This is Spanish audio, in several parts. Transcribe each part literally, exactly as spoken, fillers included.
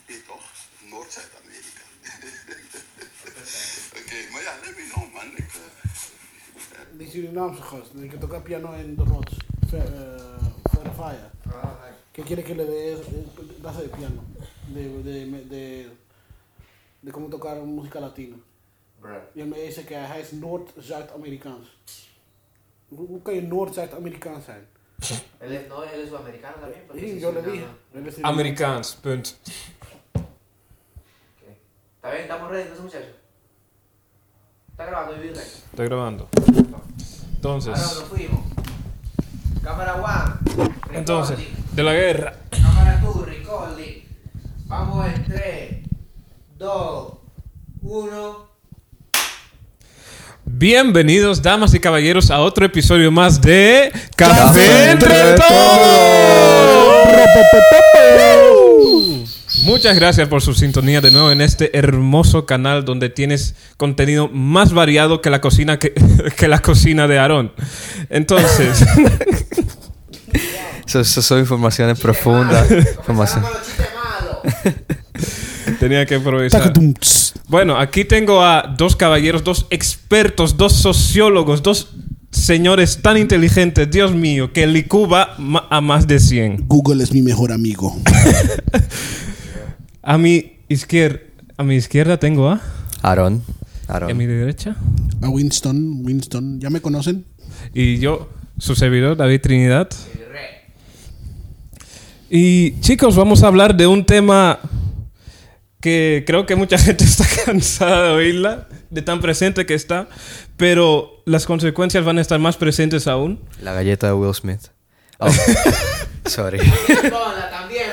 is toch Noord-Zuid-Amerika. Oké, okay, maar ja, let me know, man. Ik, uh, Die Surinaamse gast, die que toca piano en The Rods, Fire. ¿Qué quiere que le dé clase de piano? De, de, de, de, de cómo tocar música latina. Bruh. Y él me dice que hij is Noord-Zuid-Amerikaans. Hoe kan je Noord-Zuid-Amerikaans zijn? Él es, no, él es sudamericano también. porque Sí, es yo le suriname. dije. Él es Amerikaans, punt. Okay. ¿Está bien? ¿Estamos ready entonces, muchachos? ¿Está grabando mi virrey? Estoy grabando. Entonces, Ahora nos fuimos. Cámara one. entonces, recording. de la guerra. Cámara two, recording. Vamos en tres, dos, uno. Bienvenidos, damas y caballeros, a otro episodio más de Café, Café Entre Entre Todos. Muchas gracias por su sintonía de nuevo en este hermoso canal donde tienes contenido más variado que la cocina que, que la cocina de Aarón. Entonces, Eso, eso son informaciones profundas. Información. Comenzamos los chistes malos. tenía que improvisar. Tacatum, tss. Bueno, aquí tengo a dos caballeros, dos expertos, dos sociólogos, dos señores tan inteligentes, Dios mío, que el I Q va ma- a más de cien. Google es mi mejor amigo. A mi izquierda, a mi izquierda tengo a, Aarón. a mi Aarón. derecha, A Winston, Winston. ¿Ya me conocen? y yo, su servidor, David Trinidad. Virrey. Y chicos, vamos a hablar de un tema que creo que mucha gente está cansada de oírla, de tan presente que está, pero las consecuencias van a estar más presentes aún. La galleta de Will Smith. Oh. Sorry. Ponla también.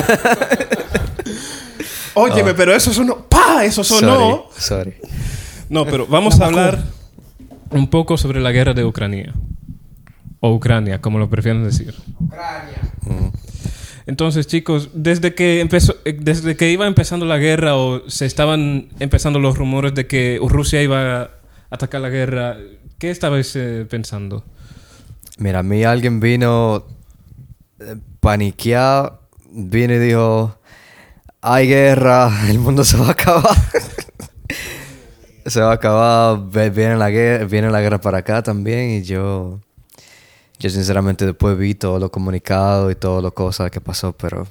Óyeme, Oh. pero eso sonó, ¡pa! Eso sonó. Sorry. Sorry. No, pero vamos a hablar un poco sobre la guerra de Ucrania. O Ucrania, como lo prefieren decir. Ucrania. Mm. Entonces, chicos, desde que empezó, eh, desde que iba empezando la guerra o se estaban empezando los rumores de que Rusia iba a atacar la guerra, ¿qué estabais eh, pensando? Mira, a mí alguien vino eh, paniqueado, vino y dijo, hay guerra, el mundo se va a acabar. Se va a acabar, ve- viene la guerra, viene la guerra para acá también y yo, yo sinceramente después vi todo lo comunicado y todas las cosas que pasó, pero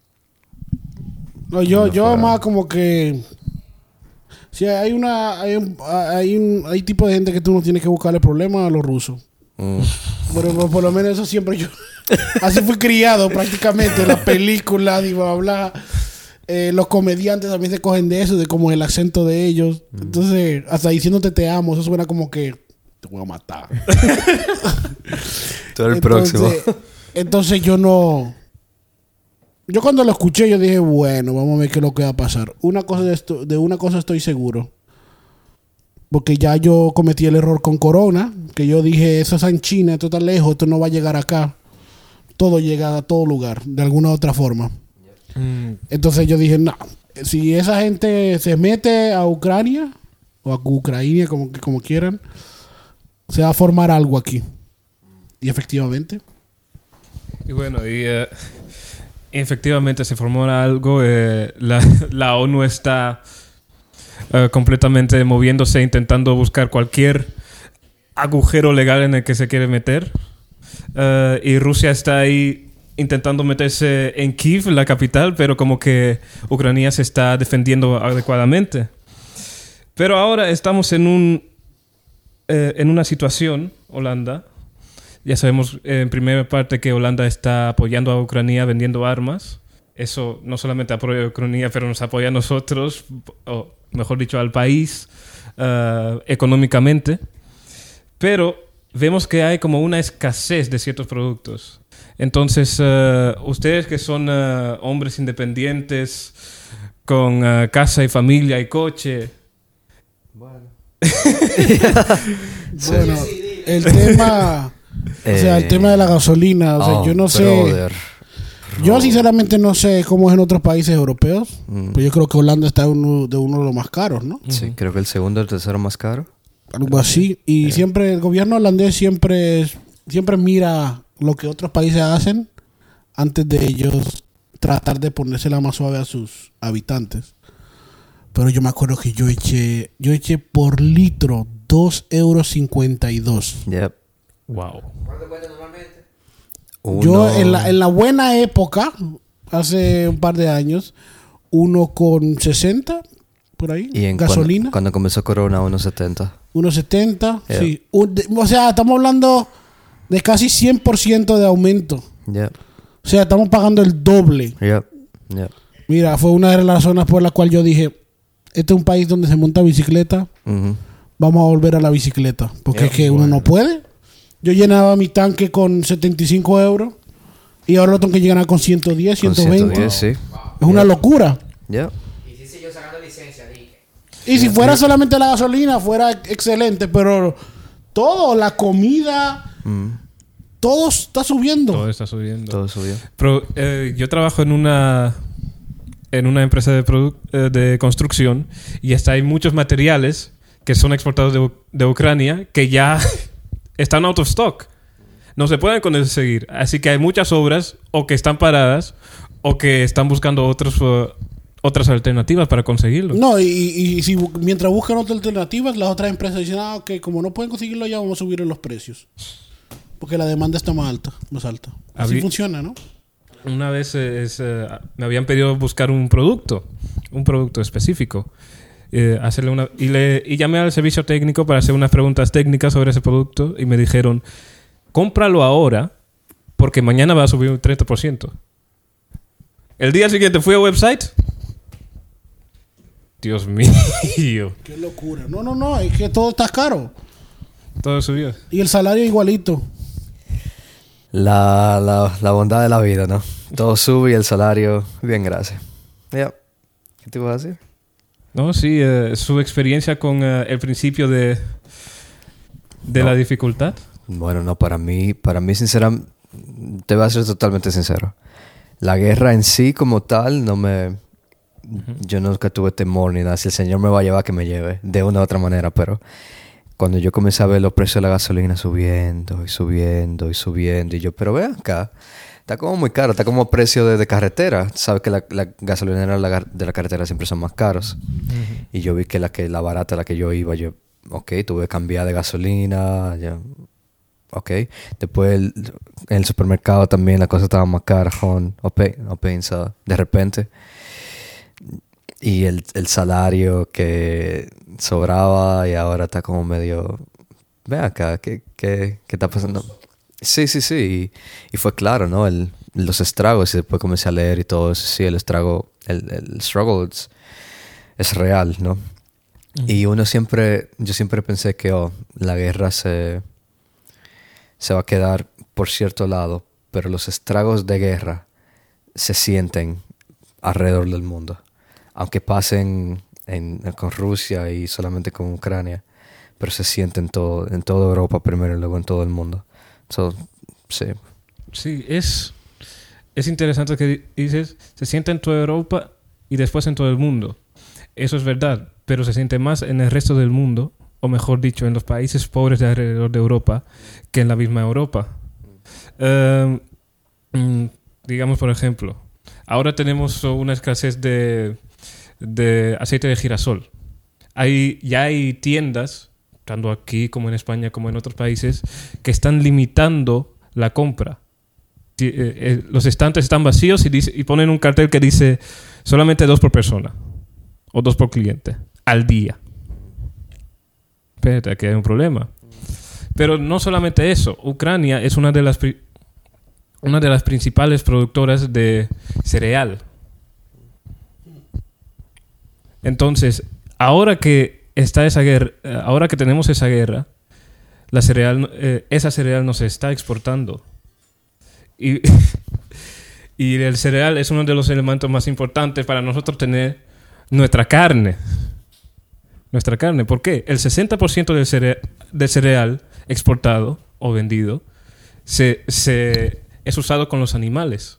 No, yo, No yo fuera. más como que... Si hay una... Hay un, hay un... Hay tipo de gente que tú no tienes que buscarle problemas a los rusos. mm, Pero por, por lo menos eso siempre yo... Así fui criado prácticamente. Las películas y bla, bla, bla. Eh, los comediantes también se cogen de eso, de como el acento de ellos. Entonces, hasta diciéndote te amo, eso suena como que te voy a matar. tú eres el Entonces- próximo. Entonces yo no... Yo cuando lo escuché, yo dije, bueno, vamos a ver qué es lo que va a pasar. Una cosa de, esto, de una cosa estoy seguro. Porque ya yo cometí el error con Corona. Que yo dije, eso está en China, esto está lejos, esto no va a llegar acá. Todo llega a todo lugar, de alguna u otra forma. Mm, Entonces yo dije, no. Si esa gente se mete a Ucrania, o a Ucrania, como, como quieran, se va a formar algo aquí. Y efectivamente... y bueno, y eh, efectivamente se formó algo. eh, la, la ONU está eh, completamente moviéndose, intentando buscar cualquier agujero legal en el que se quiere meter. Eh, y Rusia está ahí intentando meterse en Kiev, la capital, pero como que Ucrania se está defendiendo adecuadamente. Pero ahora estamos en un eh, en una situación, Holanda. Ya sabemos eh, en primera parte que Holanda está apoyando a Ucrania vendiendo armas. Eso no solamente apoya a Ucrania, pero nos apoya a nosotros, o mejor dicho, al país eh, económicamente. Pero vemos que hay como una escasez de ciertos productos. Entonces, eh, ustedes que son eh, hombres independientes, con eh, casa y familia y coche... Bueno. Bueno, el tema... O sea, el Eh, tema de la gasolina, o sea, oh, yo no sé... brother. Yo sinceramente no sé cómo es en otros países europeos, Mm. pero yo creo que Holanda está uno de uno de los más caros, ¿no? Sí, creo que el segundo o el tercero más caro. Algo así. Y siempre el gobierno holandés siempre, siempre mira lo que otros países hacen antes de ellos tratar de ponérsela más suave a sus habitantes. Pero yo me acuerdo que yo eché, yo eché por litro dos euros cincuenta y dos. Yep. Wow. ¿Cuánto cuesta normalmente? Uno... Yo en la, en la buena época, hace un par de años, uno con sesenta, por ahí, y en gasolina. Cuando, cuando comenzó Corona, uno setenta. uno setenta, Yeah. sí. Un- de- o sea, estamos hablando de casi cien por ciento de aumento. Yep. O sea, estamos pagando el doble. Yep. Yep. Mira, fue una de las razones por las cuales yo dije, este es un país donde se monta bicicleta, Ujú. vamos a volver a la bicicleta. Porque Yeah, es que bueno. uno no puede. Yo llenaba mi tanque con setenta y cinco euros y ahora lo tengo que llenar con ciento diez, Con ciento veinte. ciento diez, sí. Es una locura. Yep. Y si sí, yo sacando licencia, dije. Y si fuera solamente la gasolina, fuera excelente. Pero todo, la comida, Mm. todo está subiendo. Todo está subiendo. Todo subió. Pero eh, yo trabajo en una en una empresa de, produ- eh, de construcción y hasta hay muchos materiales que son exportados de, U- de Ucrania que ya están out of stock. No se pueden conseguir. Así que hay muchas obras o que están paradas o que están buscando otros, uh, otras alternativas para conseguirlo. No, y, y si bu- mientras buscan otras alternativas, las otras empresas dicen, ah, ok, como no pueden conseguirlo ya, vamos a subir los precios. Porque la demanda está más alta, más alta. Así Habí- funciona, ¿no? Una vez eh, es, eh, me habían pedido buscar un producto, un producto específico. Eh, hacerle una, y, le, y llamé al servicio técnico para hacer unas preguntas técnicas sobre ese producto y me dijeron, cómpralo ahora porque mañana va a subir un treinta por ciento. El día siguiente fui al website. Dios mío. Qué locura. No, no, no, es que todo está caro. Todo subió. Y el salario igualito. La, la, la bondad de la vida, ¿no? Todo sube y el salario, bien, gracias. Yep. ¿Qué te iba a decir? No, sí, eh, su experiencia con eh, el principio de, de No. la dificultad. Bueno, no, para mí, para mí, sinceramente, te voy a ser totalmente sincero. La guerra en sí, como tal, no me... Yo nunca tuve temor ni nada. Si el Señor me va a llevar, que me lleve. De una u otra manera, pero... Cuando yo comencé a ver los precios de la gasolina subiendo y subiendo y subiendo, y yo, pero ve acá, está como muy caro, está como precio de, de carretera. Sabes que la, la gasolinera de la, de la carretera siempre son más caros. Uh-huh. Y yo vi que la que la barata, la que yo iba, yo, ok, tuve que cambiar de gasolina, ya, ok. Después el, en el supermercado también la cosa estaba más cara, Juan, o pensa, de repente. Y el, el salario que sobraba y ahora está como medio... Ve acá, ¿qué, qué, qué está pasando? Sí, sí, sí. Y, y fue claro, ¿no? El, los estragos. Y después comencé a leer y todo eso. Sí, el estrago, el, el struggle es, es real, ¿no? Mm. Y uno siempre... Yo siempre pensé que oh, la guerra se, se va a quedar por cierto lado. Pero los estragos de guerra se sienten alrededor del mundo. Aunque pasen en, con Rusia y solamente con Ucrania, pero se siente en, todo, en toda Europa primero y luego en todo el mundo. So, sí. Sí, es, es interesante que dices, se siente en toda Europa y después en todo el mundo. Eso es verdad, pero se siente más en el resto del mundo, o mejor dicho, en los países pobres de alrededor de Europa, que en la misma Europa. Um, mm, digamos, por ejemplo, ahora tenemos una escasez de... de aceite de girasol. Hay, ya hay tiendas, tanto aquí como en España como en otros países, que están limitando la compra. Ti- eh, eh, los estantes están vacíos y, dice, y ponen un cartel que dice solamente dos por persona o dos por cliente al día. Espérate, aquí hay un problema. Pero no solamente eso. Ucrania es una de las, pri- una de las principales productoras de cereal. Entonces, ahora que está esa guerra, ahora que tenemos esa guerra, la cereal, eh, esa cereal no se está exportando. Y, y el cereal es uno de los elementos más importantes para nosotros tener nuestra carne. Nuestra carne. ¿Por qué? El sesenta por ciento del, cere- del cereal exportado o vendido se, se, es usado con los animales.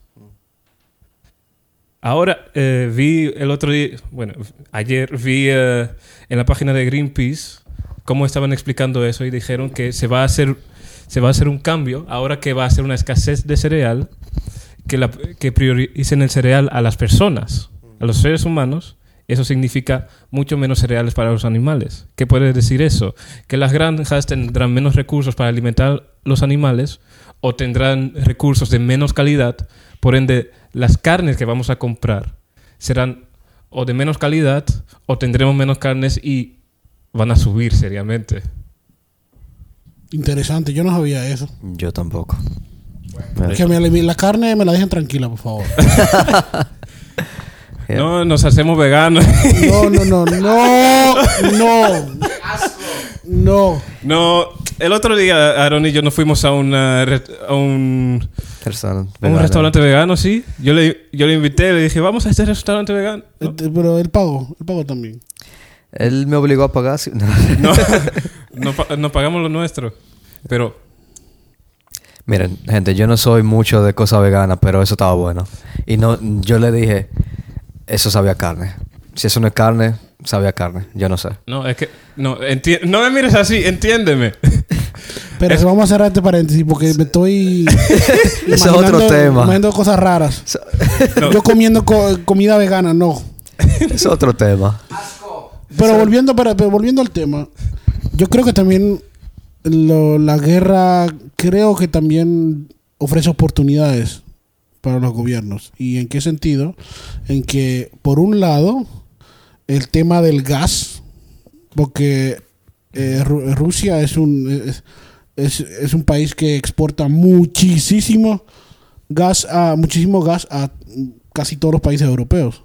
Ahora eh, vi el otro día, bueno, ayer vi eh, en la página de Greenpeace cómo estaban explicando eso y dijeron que se va a hacer, se va a hacer un cambio ahora que va a ser una escasez de cereal, que, la, que prioricen el cereal a las personas, a los seres humanos, eso significa mucho menos cereales para los animales. ¿Qué puede decir eso? Que las granjas tendrán menos recursos para alimentar los animales o tendrán recursos de menos calidad, por ende las carnes que vamos a comprar serán o de menos calidad o tendremos menos carnes y van a subir seriamente. Interesante, yo no sabía eso. Yo tampoco. Que me, la carne me la dejen tranquila, por favor. Yeah. No, nos hacemos veganos. No, no, no, no, no, Asco. no. No, el otro día Aaron y yo nos fuimos a, una, a un, Restaurante a un vegano. restaurante vegano, sí. Yo le, yo le invité, le dije, vamos a este restaurante vegano. No, Este, Pero él pagó, él pagó también. Él me obligó a pagar. sí. No. no, no, pa- no pagamos lo nuestro. Pero Miren, gente, yo no soy mucho de cosas veganas, pero eso estaba bueno. Y no, yo le dije, eso sabía a carne. Si eso no es carne, sabía a carne. Yo no sé. no, es que no, enti- no me mires así, entiéndeme. Pero Es- vamos a cerrar este paréntesis porque me estoy Ese es otro imaginando- tema. imaginando cosas raras. Eso, No. Yo comiendo co- comida vegana, no. es otro tema. Asco. Pero volviendo, pero, pero volviendo al tema, yo creo que también lo- la guerra, creo que también ofrece oportunidades para los gobiernos. ¿Y en qué sentido? En que, por un lado, el tema del gas, porque eh, Ru- Rusia es un es, es, es un país que exporta muchísimo gas a muchísimo gas a casi todos los países europeos.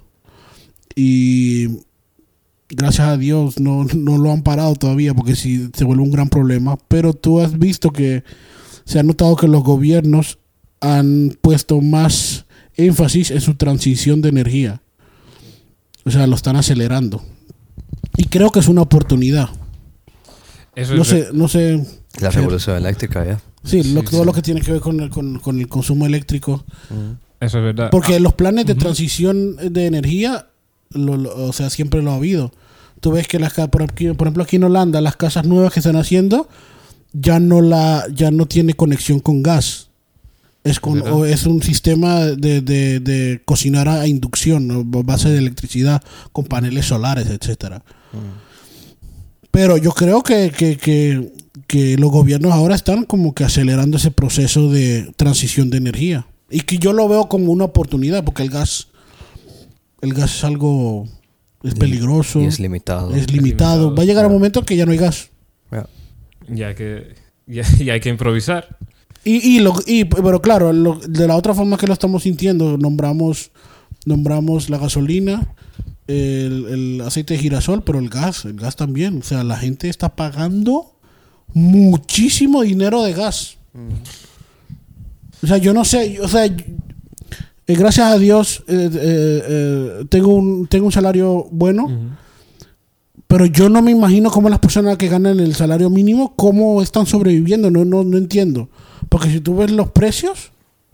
Y gracias a Dios no, no lo han parado todavía porque sí se vuelve un gran problema. Pero tú has visto que se ha notado que los gobiernos han puesto más énfasis en su transición de energía. O sea, lo están acelerando. Y creo que es una oportunidad. Eso No es sé, no sé. La revolución eléctrica, ya. Sí, lo- Sí, todo sí. lo que tiene que ver con el, con, con el consumo eléctrico. Eso es verdad. Porque los planes de transición de energía, lo- lo- o sea, siempre lo ha habido. Tú ves que las ca- por, aquí- por ejemplo aquí en Holanda, las casas nuevas que están haciendo ya no la ya no tiene conexión con gas. Es con ¿Verdad? o es un sistema de, de, de cocinar a inducción, ¿no? Base de electricidad con paneles solares, etcétera. Pero yo creo que, que, que, que los gobiernos ahora están como que acelerando ese proceso de transición de energía. Y que yo lo veo como una oportunidad, porque el gas, el gas es algo, es peligroso, Y es limitado. es limitado. limitado. Va a llegar un momento que ya no hay gas. Ya. Ya que ya, ya hay que improvisar. Y, y, lo, y pero claro, lo- de la otra forma que lo estamos sintiendo, nombramos, nombramos la gasolina, el, el aceite de girasol, pero el gas, el gas también. O sea, la gente está pagando muchísimo dinero de gas. O sea, yo no sé, o sea, yo- eh, gracias a Dios eh, eh, eh, tengo un tengo un salario bueno, pero yo no me imagino cómo las personas que ganan el salario mínimo cómo están sobreviviendo, no no no entiendo. Porque si tú ves los precios,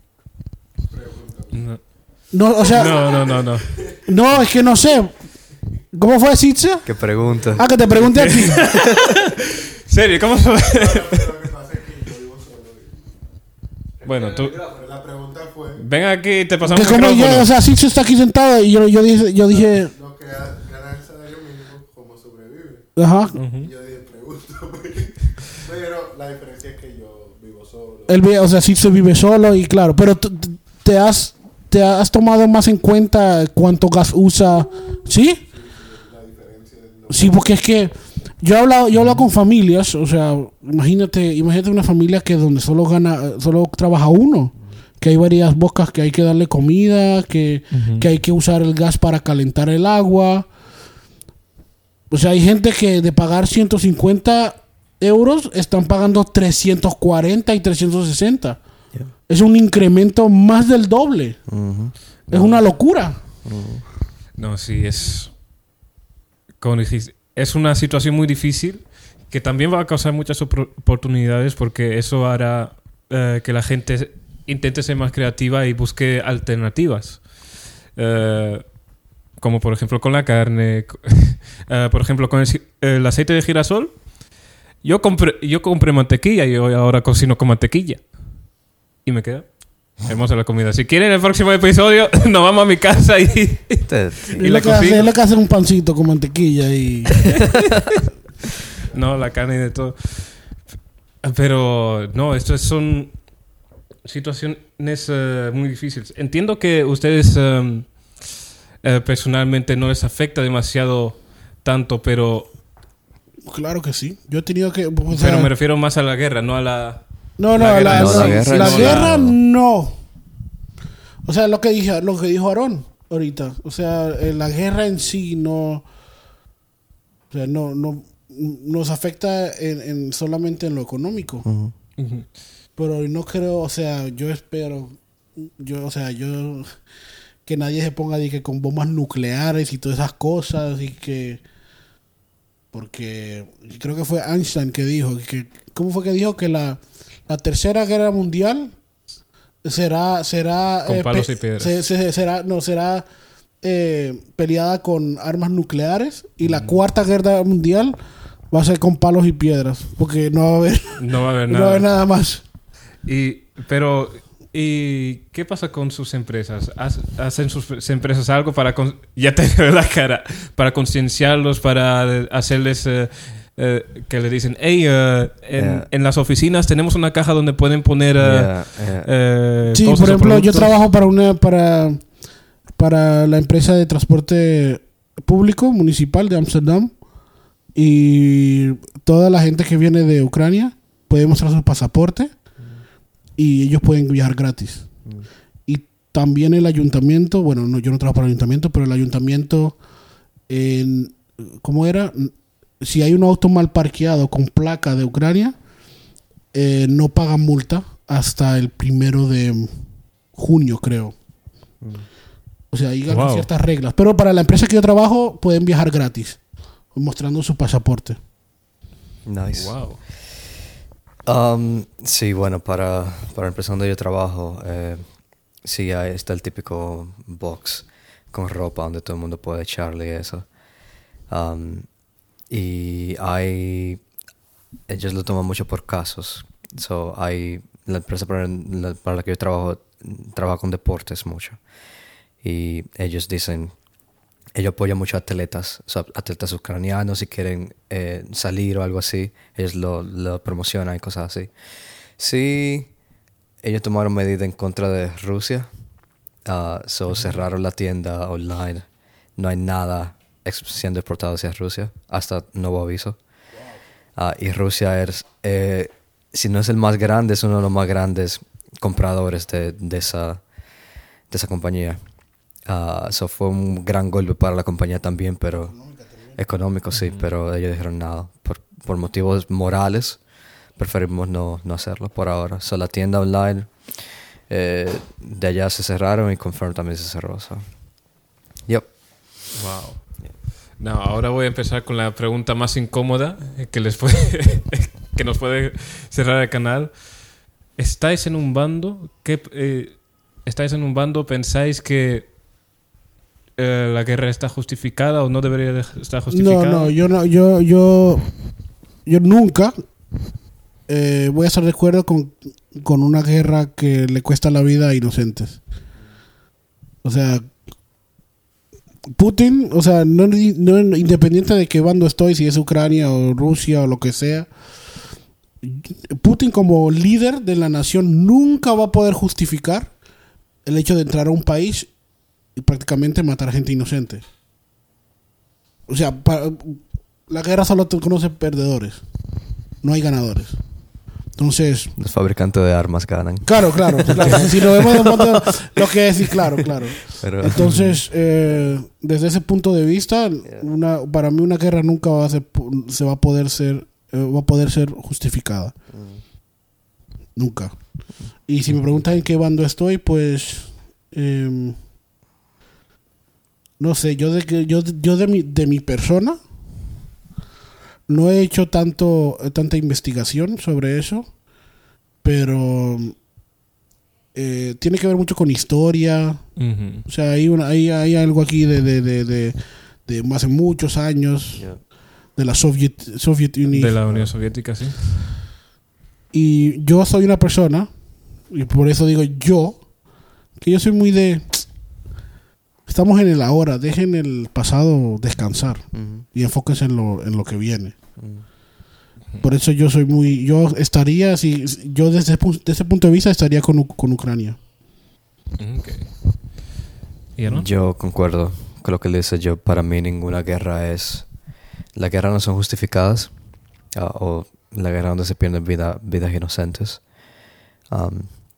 No, no, o sea, no, no, no. no. no, es que no sé. ¿Cómo fue, Sitza? ¿Qué pregunta? Ah, que te pregunté a ti. ¿Serio? ¿Cómo se Lo que pasa es que yo vivo solo. Bueno, tú Pero la pregunta fue ven aquí y te Que pasamos el como yo, micrófono. o sea, Sitza está aquí sentado y yo, yo dije, yo dije, lo que ha- gana el salario mínimo, cómo sobrevive. ajá. Y yo dije, pregúntame. Pero la diferencia es que yo vivo solo. Él ve, o sea, Sitza vive solo y claro, pero tú- tú- te has te has tomado más en cuenta cuánto gas usa, ¿sí? La diferencia es no. Sí, porque es que yo he hablado, yo he hablado con familias, o sea, imagínate, imagínate una familia que donde solo gana, solo trabaja uno, que hay varias bocas que hay que darle comida, que, Ujú. que hay que usar el gas para calentar el agua. O sea, hay gente que de pagar ciento cincuenta euros están pagando trescientos cuarenta y trescientos sesenta. Yeah. Es un incremento más del doble. Ujú. Es una locura. No, sí, es. Como dijiste, es una situación muy difícil que también va a causar muchas opor- oportunidades porque eso hará eh, que la gente intente ser más creativa y busque alternativas. Eh, como por ejemplo con la carne, co- eh, por ejemplo con el, si- el aceite de girasol. Yo compré, yo compré mantequilla y hoy ahora cocino con mantequilla. Y me queda. Hermosa la comida. Si quieren el próximo episodio, nos vamos a mi casa y, Te- y Es la lo que hace, cocino. es lo que hace un pancito con mantequilla y... No, la carne y de todo. Pero no, estas son situaciones eh, muy difíciles. Entiendo que ustedes um, eh, personalmente no les afecta demasiado tanto, pero, Claro que sí. Yo he tenido que... o sea, pero me refiero más a la guerra, no a la... No, no, La la, guerra la, no, la guerra la no, guerra la- no. O sea, lo que dije, lo que dijo Aarón ahorita. O sea, eh, la guerra en sí no, o sea, no, no nos afecta en, en solamente en lo económico. Ujú. Ujú. Pero no creo, o sea, yo espero, yo, o sea, yo que nadie se ponga de que con bombas nucleares y todas esas cosas y que porque creo que fue Einstein que dijo que cómo fue que dijo que la, la tercera guerra mundial será será Con eh, palos pe- y piedras. se- se- será no será eh, peleada con armas nucleares y la cuarta guerra mundial va a ser con palos y piedras porque no va a haber No va a haber no va a nada. haber nada más. Y, pero, ¿y qué pasa con sus empresas? ¿Hac- ¿Hacen sus empresas algo para... con- ya te veo la cara. Para concienciarlos, para eh, hacerles... eh, eh, que le dicen, hey, eh, en, Yeah. en las oficinas tenemos una caja donde pueden poner... eh, Yeah, yeah. eh, Sí, cosas por o ejemplo, yo productos. trabajo para una para para la empresa de transporte público municipal de Ámsterdam y toda la gente que viene de Ucrania puede mostrar su pasaporte y ellos pueden viajar gratis. Y también el ayuntamiento, bueno, no, yo no trabajo para el ayuntamiento, pero el ayuntamiento, en, ¿cómo era? Si hay un auto mal parqueado con placa de Ucrania, eh, no pagan multa hasta el primero de junio, creo. O sea, hay Wow. ciertas reglas. Pero para la empresa que yo trabajo, pueden viajar gratis, mostrando su pasaporte. Nice. Wow. Um, sí, bueno, para, para la empresa donde yo trabajo, eh, sí, ahí está el típico box con ropa donde todo el mundo puede echarle y eso. Um, y hay... Ellos lo toman mucho por casos. So, hay... La empresa para la, para la que yo trabajo trabaja con deportes mucho. Y ellos dicen... Ellos apoyan mucho a atletas, o sea, atletas ucranianos si quieren eh, salir o algo así. Ellos lo, lo promocionan y cosas así. Sí, ellos tomaron medidas en contra de Rusia. Uh, so cerraron la tienda online. No hay nada ex- siendo exportado hacia Rusia hasta nuevo aviso. Uh, y Rusia es, eh, si no es el más grande, es uno de los más grandes compradores de, de, esa, de esa compañía. Uh, eso fue un gran golpe para la compañía también, pero económico sí, uh-huh. Pero ellos dijeron nada. Por, por motivos morales, preferimos no, no hacerlo por ahora. So, la tienda online eh, de allá se cerraron y Confirm también se cerró. So. Yep. Wow. No, ahora voy a empezar con la pregunta más incómoda que les puede que nos puede cerrar el canal. ¿Estáis en un bando? ¿Qué, eh, ¿Estáis en un bando? ¿Pensáis que eh, la guerra está justificada o no debería de estar justificada? No, no, yo no, yo, yo, yo nunca eh, voy a estar de acuerdo con, con una guerra que le cuesta la vida a inocentes. O sea, Putin, o sea, no, no, independiente de qué bando estoy, si es Ucrania o Rusia o lo que sea, Putin como líder de la nación nunca va a poder justificar el hecho de entrar a un país y prácticamente matar a gente inocente. O sea, para, la guerra solo te conoce perdedores, no hay ganadores. Entonces, los fabricantes de armas ganan. Claro, claro, claro. Si lo vemos de modo, lo que es, claro, claro. Pero, Entonces, eh, desde ese punto de vista, una, para mí una guerra nunca va a ser, se va a poder ser, eh, va a poder ser justificada. Mm. Nunca. Y si me preguntan en qué bando estoy, pues, eh, no sé. Yo de que yo, yo de mi, de mi persona no he hecho tanto tanta investigación sobre eso, pero eh, tiene que ver mucho con historia. Uh-huh. O sea, hay, una, hay, hay algo aquí de, de, de, de, de hace muchos años, yeah. de la Soviet, Soviet Union. De la Unión Soviética, sí. Y yo soy una persona, y por eso digo yo, Que yo soy muy de... Estamos en el ahora, dejen el pasado descansar Ujú. y enfóquense en lo, en lo que viene. Ujú. Por eso yo soy muy... Yo estaría, si yo desde, pu- desde ese punto de vista estaría con, U- con Ucrania. Ok. ¿Y no? Yo concuerdo con lo que le dice. Yo, para mí, ninguna guerra es... Las guerras no son justificadas. ah, o la guerra donde se pierden vida, vidas inocentes. Um,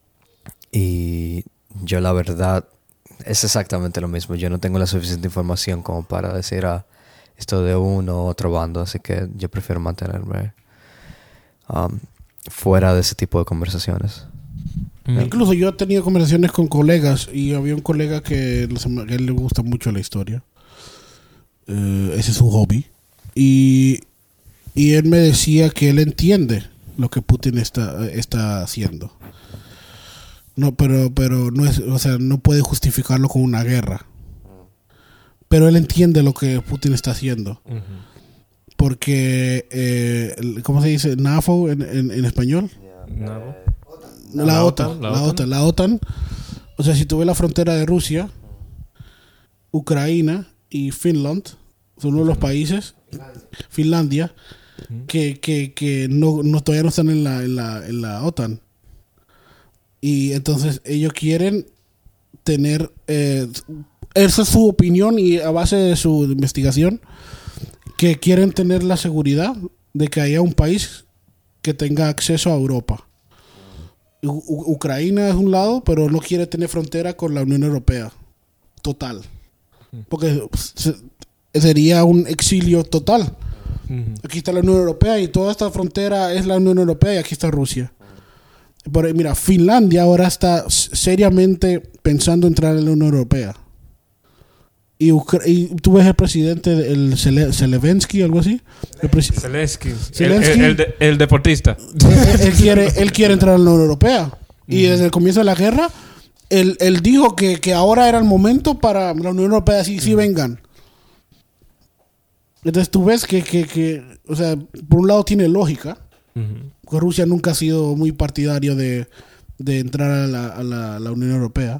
y yo, la verdad, es exactamente lo mismo. Yo no tengo la suficiente información como para decir ah, esto de uno u otro bando. Así que yo prefiero mantenerme um, fuera de ese tipo de conversaciones. Mm. Incluso yo he tenido conversaciones con colegas y había un colega que los- a él le gusta mucho la historia. Eh, ese es su hobby. Y, y él me decía que él entiende lo que Putin está, está haciendo. No, pero, pero no es, o sea, no puede justificarlo con una guerra. Pero él entiende lo que Putin está haciendo. Ujú. Porque, eh, el- ¿cómo se dice? NAFO en, en, en español. Nabo. La, La OTAN, OTAN, la, la OTAN, OTAN. la OTAN. O sea, si tú ves la frontera de Rusia, Ucrania y Finland, son uno de los países, Finlandia, que, que, que no, no todavía no están en la, en la, en la OTAN. Y entonces ellos quieren tener, eh, esa es su opinión y a base de su investigación, que quieren tener la seguridad de que haya un país que tenga acceso a Europa. U- U- Ucrania es un lado, pero no quiere tener frontera con la Unión Europea. Total. Porque se- sería un exilio total. Ujú. Aquí está la Unión Europea y toda esta frontera es la Unión Europea y aquí está Rusia. Pero mira, Finlandia ahora está s- seriamente pensando entrar en la Unión Europea. Y, Ucra- y tú ves el presidente, el Zele- Zelensky, algo así. El presi- Zelensky. El, Zelensky. el- el de- el deportista. él, él quiere, él quiere entrar a la Unión Europea. Y desde el comienzo de la guerra, él, él dijo que, que ahora era el momento para la Unión Europea, sí, sí vengan. Entonces tú ves que, que, que, o sea, por un lado tiene lógica, Ujú. porque Rusia nunca ha sido muy partidario de, de entrar a la, a la- a la Unión Europea.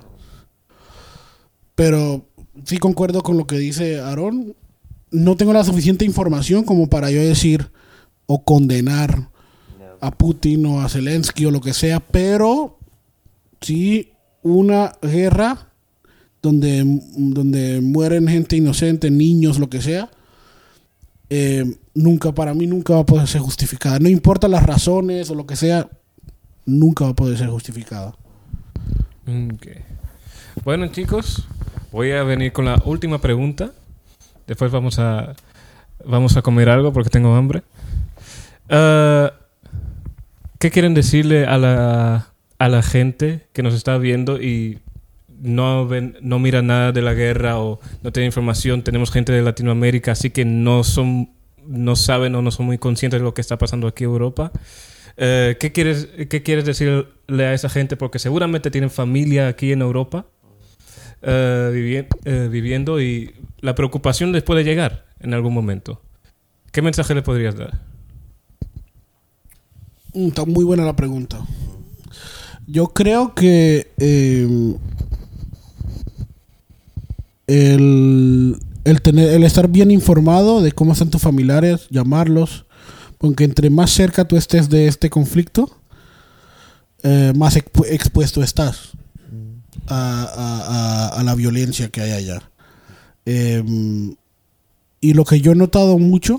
Pero sí concuerdo con lo que dice Aarón. No tengo la suficiente información como para yo decir o condenar a Putin o a Zelensky o lo que sea, pero sí una guerra donde, donde mueren gente inocente, niños, lo que sea, eh, nunca, para mí nunca va a poder ser justificada. No importa las razones o lo que sea, nunca va a poder ser justificada. Ok. Bueno, chicos, voy a venir con la última pregunta. Después vamos a vamos a comer algo porque tengo hambre. Ah, ¿Qué quieren decirle a la a la gente que nos está viendo y no ven, no mira nada de la guerra o no tiene información? Tenemos gente de Latinoamérica, así que no son no saben o no son muy conscientes de lo que está pasando aquí en Europa. Eh, ¿qué quieres qué quieres decirle a esa gente? Porque seguramente tienen familia aquí en Europa eh, vivi- eh, viviendo y la preocupación les puede llegar en algún momento. ¿Qué mensaje le podrías dar? Mm, Está muy buena la pregunta. Yo creo que eh, el, el, tener, el estar bien informado de cómo están tus familiares, llamarlos, porque entre más cerca tú estés de este conflicto, eh, más expu- expuesto estás a, a- a- a la violencia que hay allá. Eh, y lo que yo he notado mucho,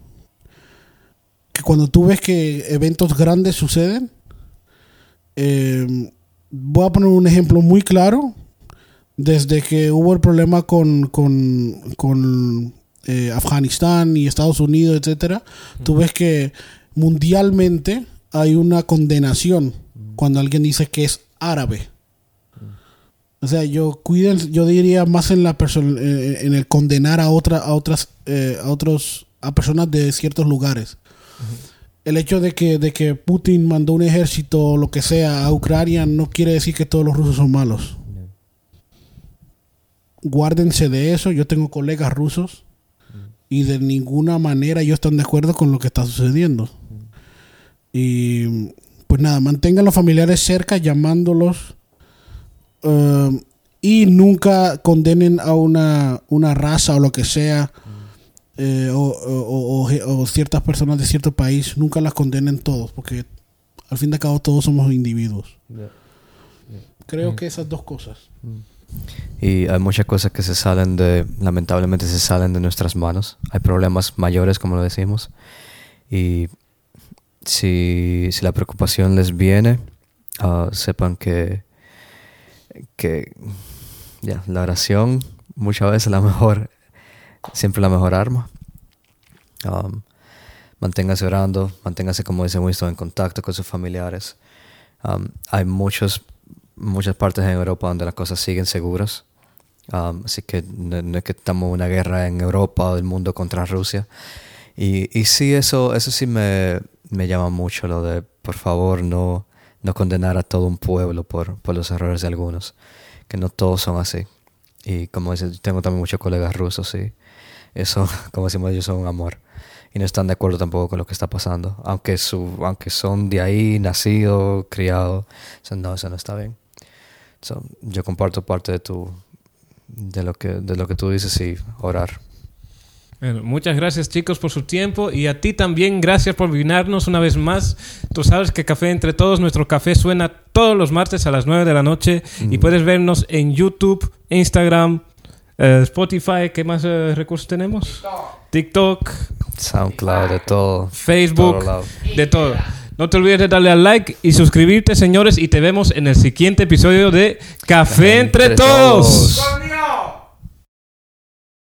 que cuando tú ves que eventos grandes suceden, eh, voy a poner un ejemplo muy claro. Desde que hubo el problema con, con, con eh, Afganistán y Estados Unidos, etcétera, tú ves que mundialmente hay una condenación cuando alguien dice que es árabe. O sea, yo cuiden, yo diría más en la persona, eh, en el condenar a otra, a otras, eh, a otros, a personas de ciertos lugares. El hecho de que, de que Putin mandó un ejército o lo que sea a Ucrania no quiere decir que todos los rusos son malos. Guárdense de eso. Yo tengo colegas rusos y de ninguna manera ellos están de acuerdo con lo que está sucediendo. Y pues nada, mantengan los familiares cerca, llamándolos um, y nunca condenen a una, una raza o lo que sea, eh, o, o, o, o ciertas personas de cierto país, nunca las condenen todos, porque al fin de cabo todos somos individuos. Yeah. Yeah. Creo Mm. que esas dos cosas. Y hay muchas cosas que se salen de, lamentablemente se salen de nuestras manos. Hay problemas mayores, como lo decimos. Y si, si la preocupación les viene, uh, sepan que, que yeah, la oración muchas veces es la mejor, siempre la mejor arma. Um, manténgase orando, manténgase, como dice Winston, en contacto con sus familiares. Um, hay muchos muchas partes en Europa donde las cosas siguen seguras. Um, así que no, no es que estamos en una guerra en Europa o del mundo contra Rusia. Y, y sí, eso, eso sí me, me llama mucho, lo de, por favor, no, no condenar a todo un pueblo por, por los errores de algunos. Que no todos son así. Y como dice, tengo también muchos colegas rusos y eso, como decimos ellos, son un amor. Y no están de acuerdo tampoco con lo que está pasando. Aunque, su, aunque son de ahí, nacidos, criados. So, no, eso no está bien. So, yo comparto parte de tu de lo que de lo que tú dices y orar. Bueno, muchas gracias, chicos, por su tiempo, y a ti también gracias por vinarnos una vez más. Tú sabes que Café Entre Todos, nuestro café suena todos los martes a las nueve de la noche mm. y puedes vernos en YouTube, Instagram, eh, Spotify. ¿Qué más eh, recursos tenemos? TikTok, SoundCloud, de todo, Facebook, todo de todo. No te olvides de darle al like y suscribirte, señores, y te vemos en el siguiente episodio de Café Entre, Entre Todos. todos.